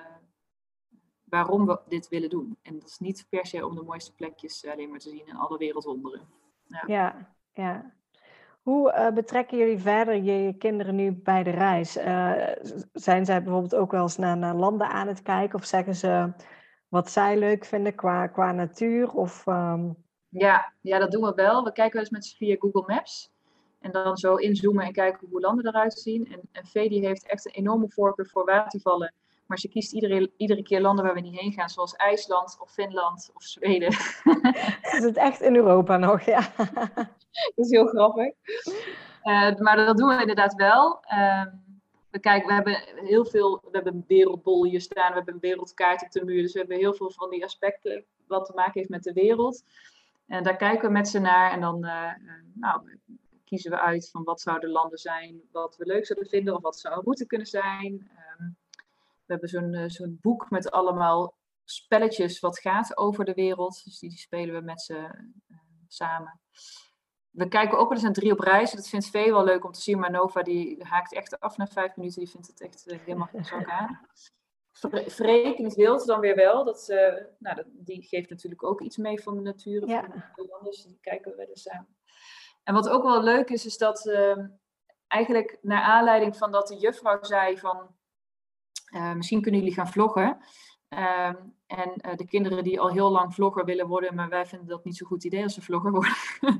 waarom we dit willen doen. En dat is niet per se om de mooiste plekjes alleen maar te zien in alle wereldwonderen. Ja. Hoe betrekken jullie verder je kinderen nu bij de reis? Zijn zij bijvoorbeeld ook wel eens naar landen aan het kijken? Of zeggen ze wat zij leuk vinden qua natuur? Of, Ja, dat doen we wel. We kijken wel eens met z'n via Google Maps. En dan zo inzoomen en kijken hoe landen eruit zien. En Vee die heeft echt een enorme voorkeur voor watervallen. Maar ze kiest iedere keer landen waar we niet heen gaan. Zoals IJsland of Finland of Zweden. Is het echt in Europa nog, ja. Dat is heel grappig. Maar dat doen we inderdaad wel. We hebben een wereldbol hier staan. We hebben een wereldkaart op de muur. Dus we hebben heel veel van die aspecten wat te maken heeft met de wereld. En daar kijken we met ze naar. En dan kiezen we uit van wat zouden landen zijn wat we leuk zouden vinden. Of wat zou een route kunnen zijn. We hebben zo'n boek met allemaal spelletjes wat gaat over de wereld. Dus die spelen we met ze samen. We kijken ook wel eens aan 3 op reis. Dat vindt Vee wel leuk om te zien. Maar Nova die haakt echt af na 5 minuten. Die vindt het echt helemaal geen zak aan. Freek in het wild dan weer wel. Die geeft natuurlijk ook iets mee van de natuur. Dus die kijken we wel eens samen. En wat ook wel leuk is dat eigenlijk naar aanleiding van dat de juffrouw zei van misschien kunnen jullie gaan vloggen. En de kinderen die al heel lang vlogger willen worden, maar wij vinden dat niet zo'n goed idee als ze vlogger worden.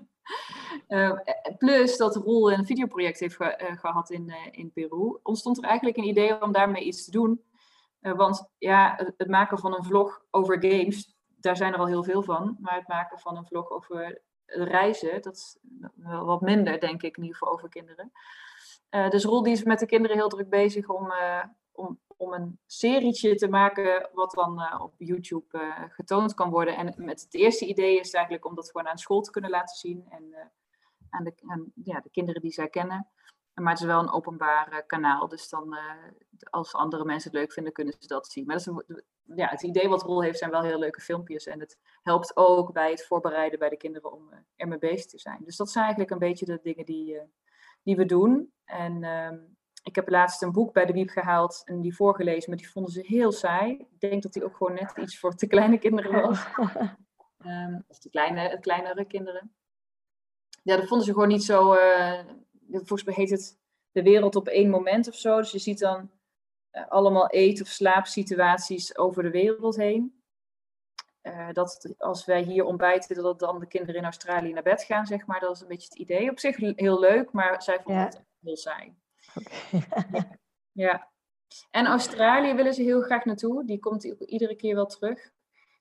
Plus dat Roel een videoproject heeft gehad in Peru. Ontstond er eigenlijk een idee om daarmee iets te doen. Want ja, het maken van een vlog over games, daar zijn er al heel veel van. Maar het maken van een vlog over reizen, dat is wel wat minder, denk ik, in ieder geval over kinderen. Dus Roel die is met de kinderen heel druk bezig om een serietje te maken wat dan op YouTube getoond kan worden. En met het eerste idee is het eigenlijk om dat gewoon aan school te kunnen laten zien. En aan de kinderen die zij kennen. Maar het is wel een openbaar kanaal. Dus dan, als andere mensen het leuk vinden, kunnen ze dat zien. Maar dat is het idee wat Roel heeft zijn wel heel leuke filmpjes. En het helpt ook bij het voorbereiden bij de kinderen om ermee bezig te zijn. Dus dat zijn eigenlijk een beetje de dingen die we doen. En ik heb laatst een boek bij de Wiep gehaald en die voorgelezen. Maar die vonden ze heel saai. Ik denk dat die ook gewoon net iets voor te kleine kinderen was. Of de kleinere kinderen. Ja, dat vonden ze gewoon niet zo... volgens mij heet het De Wereld op 1 Moment of zo. Dus je ziet dan allemaal eet- of slaapsituaties over de wereld heen. Dat als wij hier ontbijten, dat dan de kinderen in Australië naar bed gaan, zeg maar. Dat is een beetje het idee. Op zich heel leuk, maar zij vonden het heel saai. Okay. Ja. En Australië willen ze heel graag naartoe. Die komt iedere keer wel terug.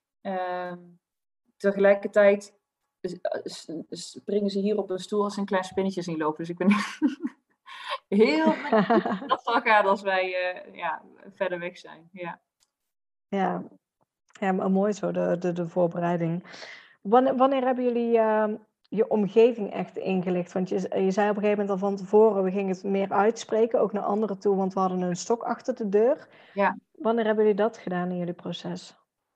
Tegelijkertijd springen ze hier op een stoel als ze een klein spinnetje zien lopen. Dus ik ben heel benieuwd dat zal gaan als wij verder weg zijn. Ja, maar mooi zo, de voorbereiding. Wanneer hebben jullie je omgeving echt ingelicht? Want je zei op een gegeven moment al van tevoren, we gingen het meer uitspreken, ook naar anderen toe, want we hadden een stok achter de deur. Ja. Wanneer hebben jullie dat gedaan in jullie proces?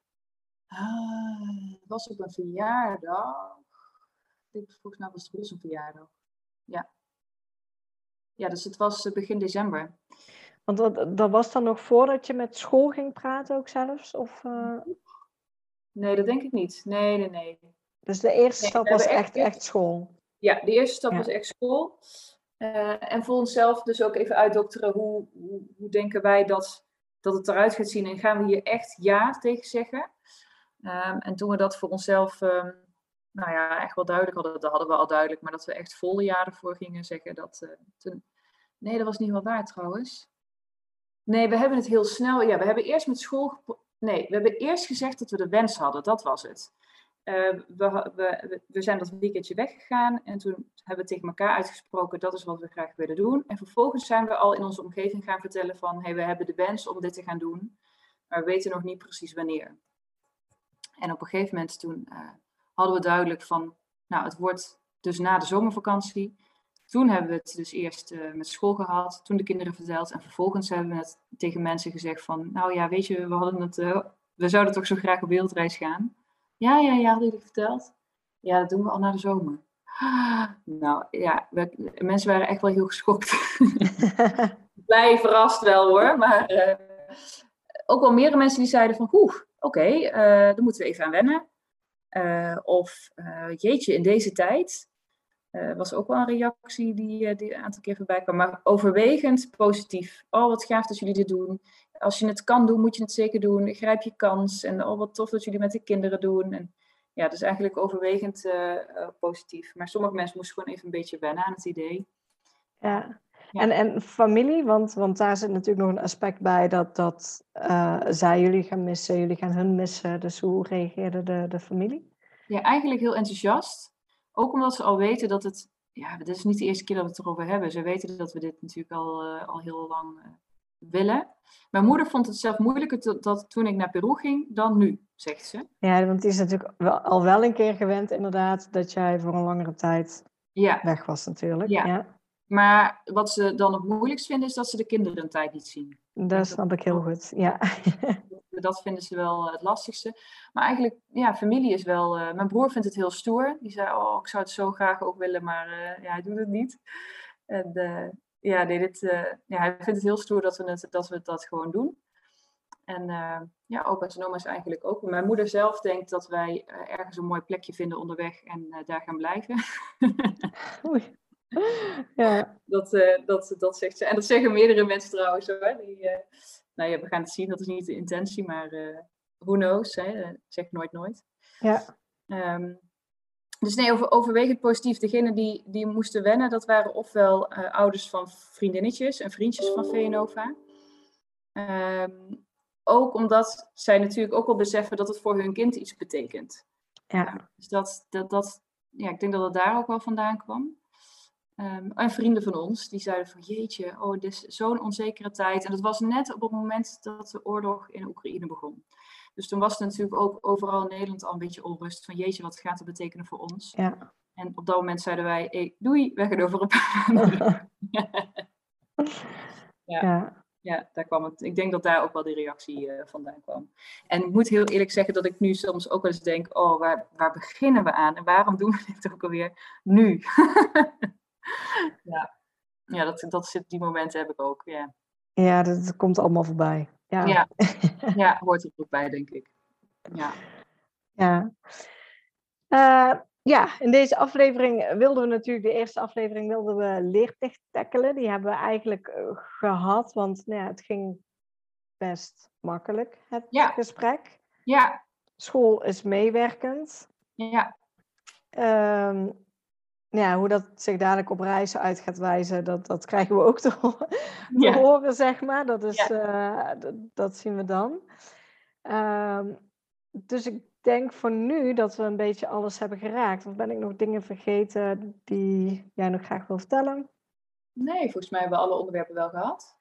Het was op een verjaardag. Volgens mij was het Roels een verjaardag. Ja. Ja, dus het was begin december. Want dat was dan nog voordat je met school ging praten ook zelfs? Of, Nee, dat denk ik niet. Nee. Dus de eerste stap was echt school? Ja, de eerste stap was echt school. En voor onszelf dus ook even uitdokteren hoe denken wij dat het eruit gaat zien. En gaan we hier echt ja tegen zeggen? En toen we dat voor onszelf echt wel duidelijk hadden, dat hadden we al duidelijk, maar dat we echt volle ja ervoor gingen zeggen. Nee, dat was niet wel waar trouwens. Nee, we hebben het heel snel. Ja, we hebben eerst met school. Nee, we hebben eerst gezegd dat we de wens hadden. Dat was het. we zijn dat weekendje weggegaan en toen hebben we tegen elkaar uitgesproken, dat is wat we graag willen doen. En vervolgens zijn we al in onze omgeving gaan vertellen van, hey, we hebben de wens om dit te gaan doen, maar we weten nog niet precies wanneer. En op een gegeven moment toen hadden we duidelijk van, nou, het wordt dus na de zomervakantie. Toen hebben we het dus eerst met school gehad, toen de kinderen verteld en vervolgens hebben we het tegen mensen gezegd van, nou ja, weet je, we zouden toch zo graag op wereldreis gaan. Ja, hadden jullie verteld? Ja, dat doen we al na de zomer. Nou ja, mensen waren echt wel heel geschokt. Blij verrast wel hoor, maar ook wel meerdere mensen die zeiden van, oké, daar moeten we even aan wennen. Jeetje, in deze tijd was ook wel een reactie die een aantal keer voorbij kwam. Maar overwegend positief. Oh, wat gaaf dat jullie dit doen. Als je het kan doen, moet je het zeker doen. Grijp je kans. En oh, wat tof dat jullie met de kinderen doen. En ja, dus eigenlijk overwegend positief. Maar sommige mensen moesten gewoon even een beetje wennen aan het idee. Ja. En familie, want daar zit natuurlijk nog een aspect bij dat zij jullie gaan missen, jullie gaan hun missen. Dus hoe reageerde de familie? Ja, eigenlijk heel enthousiast. Ook omdat ze al weten dat het... Ja, dit is niet de eerste keer dat we het erover hebben. Ze weten dat we dit natuurlijk al heel lang willen. Mijn moeder vond het zelf moeilijker dat toen ik naar Peru ging dan nu, zegt ze. Ja, want die is natuurlijk al wel een keer gewend inderdaad dat jij voor een langere tijd weg was natuurlijk. Ja. Maar wat ze dan het moeilijkst vinden is dat ze de kinderen een tijd niet zien. Dat snap ik heel goed, ja. Dat vinden ze wel het lastigste. Maar eigenlijk, ja, familie is wel... mijn broer vindt het heel stoer. Die zei, oh, ik zou het zo graag ook willen, maar hij doet het niet. En hij vindt het heel stoer dat we dat gewoon doen. En opa's en oma's eigenlijk ook. Mijn moeder zelf denkt dat wij ergens een mooi plekje vinden onderweg en daar gaan blijven. Oei. Ja. Dat zegt ze. En dat zeggen meerdere mensen trouwens hoor. We gaan het zien, dat is niet de intentie, maar who knows, hè? Zeg nooit. Ja. Dus nee, overwegend positief. Degenen die moesten wennen, dat waren ofwel ouders van vriendinnetjes en vriendjes van VNOVA. Ook omdat zij natuurlijk ook wel beseffen dat het voor hun kind iets betekent. Ja. Dus ik denk dat het daar ook wel vandaan kwam. En vrienden van ons, die zeiden van jeetje, dit is zo'n onzekere tijd. En dat was net op het moment dat de oorlog in Oekraïne begon. Dus toen was het natuurlijk ook overal in Nederland al een beetje onrust. Van jeetje, wat gaat het betekenen voor ons? Ja. En op dat moment zeiden wij, hey, doei, wij gaan over een paar maanden. Ja, daar kwam het. Ik denk dat daar ook wel die reactie vandaan kwam. En ik moet heel eerlijk zeggen dat ik nu soms ook wel eens denk, waar beginnen we aan? En waarom doen we dit ook alweer nu? Die momenten heb ik ook, ja. Ja, dat komt allemaal voorbij. Ja, hoort er ook bij, denk ik. In deze aflevering wilden we natuurlijk, de eerste aflevering wilden we leerplicht tackelen. Die hebben we eigenlijk gehad, want het ging best makkelijk, het gesprek. Ja. School is meewerkend. Ja. Hoe dat zich dadelijk op reizen uit gaat wijzen, dat krijgen we ook te horen, zeg maar. Dat is, dat zien we dan. Dus ik denk voor nu dat we een beetje alles hebben geraakt. Of ben ik nog dingen vergeten die jij nog graag wil vertellen? Nee, volgens mij hebben we alle onderwerpen wel gehad.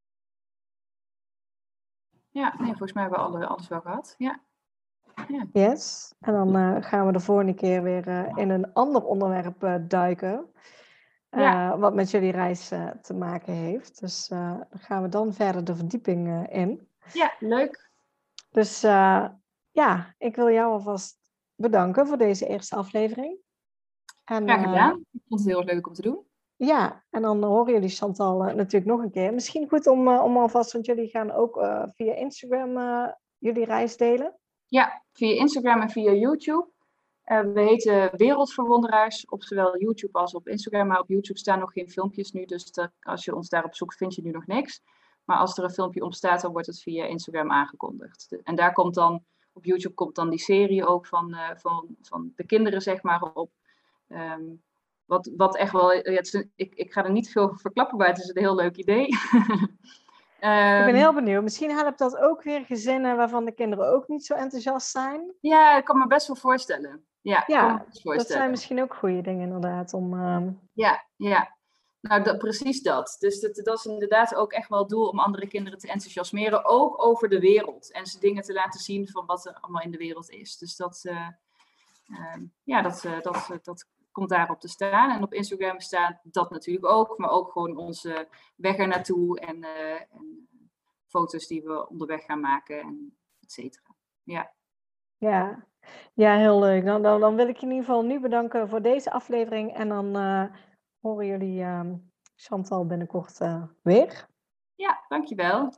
Ja, nee, volgens mij hebben we alles wel gehad. Ja. Yes. En dan gaan we de volgende keer weer in een ander onderwerp duiken. Wat met jullie reis te maken heeft. Dus dan gaan we dan verder de verdieping in. Ja, leuk. Dus ik wil jou alvast bedanken voor deze eerste aflevering. Graag gedaan. Ik vond het heel erg leuk om te doen. Ja, en dan horen jullie Chantal natuurlijk nog een keer. Misschien goed om alvast, want jullie gaan ook via Instagram jullie reis delen. Ja, via Instagram en via YouTube. We heten Wereldverwonderaars op zowel YouTube als op Instagram. Maar op YouTube staan nog geen filmpjes nu. Dus als je ons daarop zoekt, vind je nu nog niks. Maar als er een filmpje op staat, dan wordt het via Instagram aangekondigd. En daar komt dan, op YouTube komt dan die serie ook van de kinderen, zeg maar, op. Wat echt wel... ik ga er niet veel verklappen, maar het is een heel leuk idee. Ik ben heel benieuwd. Misschien helpt dat ook weer gezinnen waarvan de kinderen ook niet zo enthousiast zijn. Ja, ik kan me best wel voorstellen. Dat zijn misschien ook goede dingen inderdaad. Ja. Nou, precies dat. Dus dat is inderdaad ook echt wel het doel om andere kinderen te enthousiasmeren. Ook over de wereld. En ze dingen te laten zien van wat er allemaal in de wereld is. Dus dat komt daarop te staan. En op Instagram staat dat natuurlijk ook. Maar ook gewoon onze weg er naartoe. En foto's die we onderweg gaan maken. En et cetera. Ja, heel leuk. Dan wil ik je in ieder geval nu bedanken voor deze aflevering. En dan horen jullie Chantal binnenkort weer. Ja, dankjewel.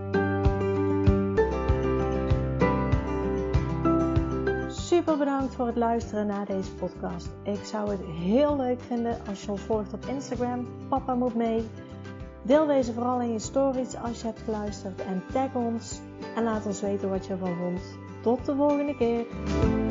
Super bedankt voor het luisteren naar deze podcast. Ik zou het heel leuk vinden als je ons volgt op Instagram. Papa moet mee. Deel deze vooral in je stories als je hebt geluisterd. En tag ons. En laat ons weten wat je ervan vond. Tot de volgende keer.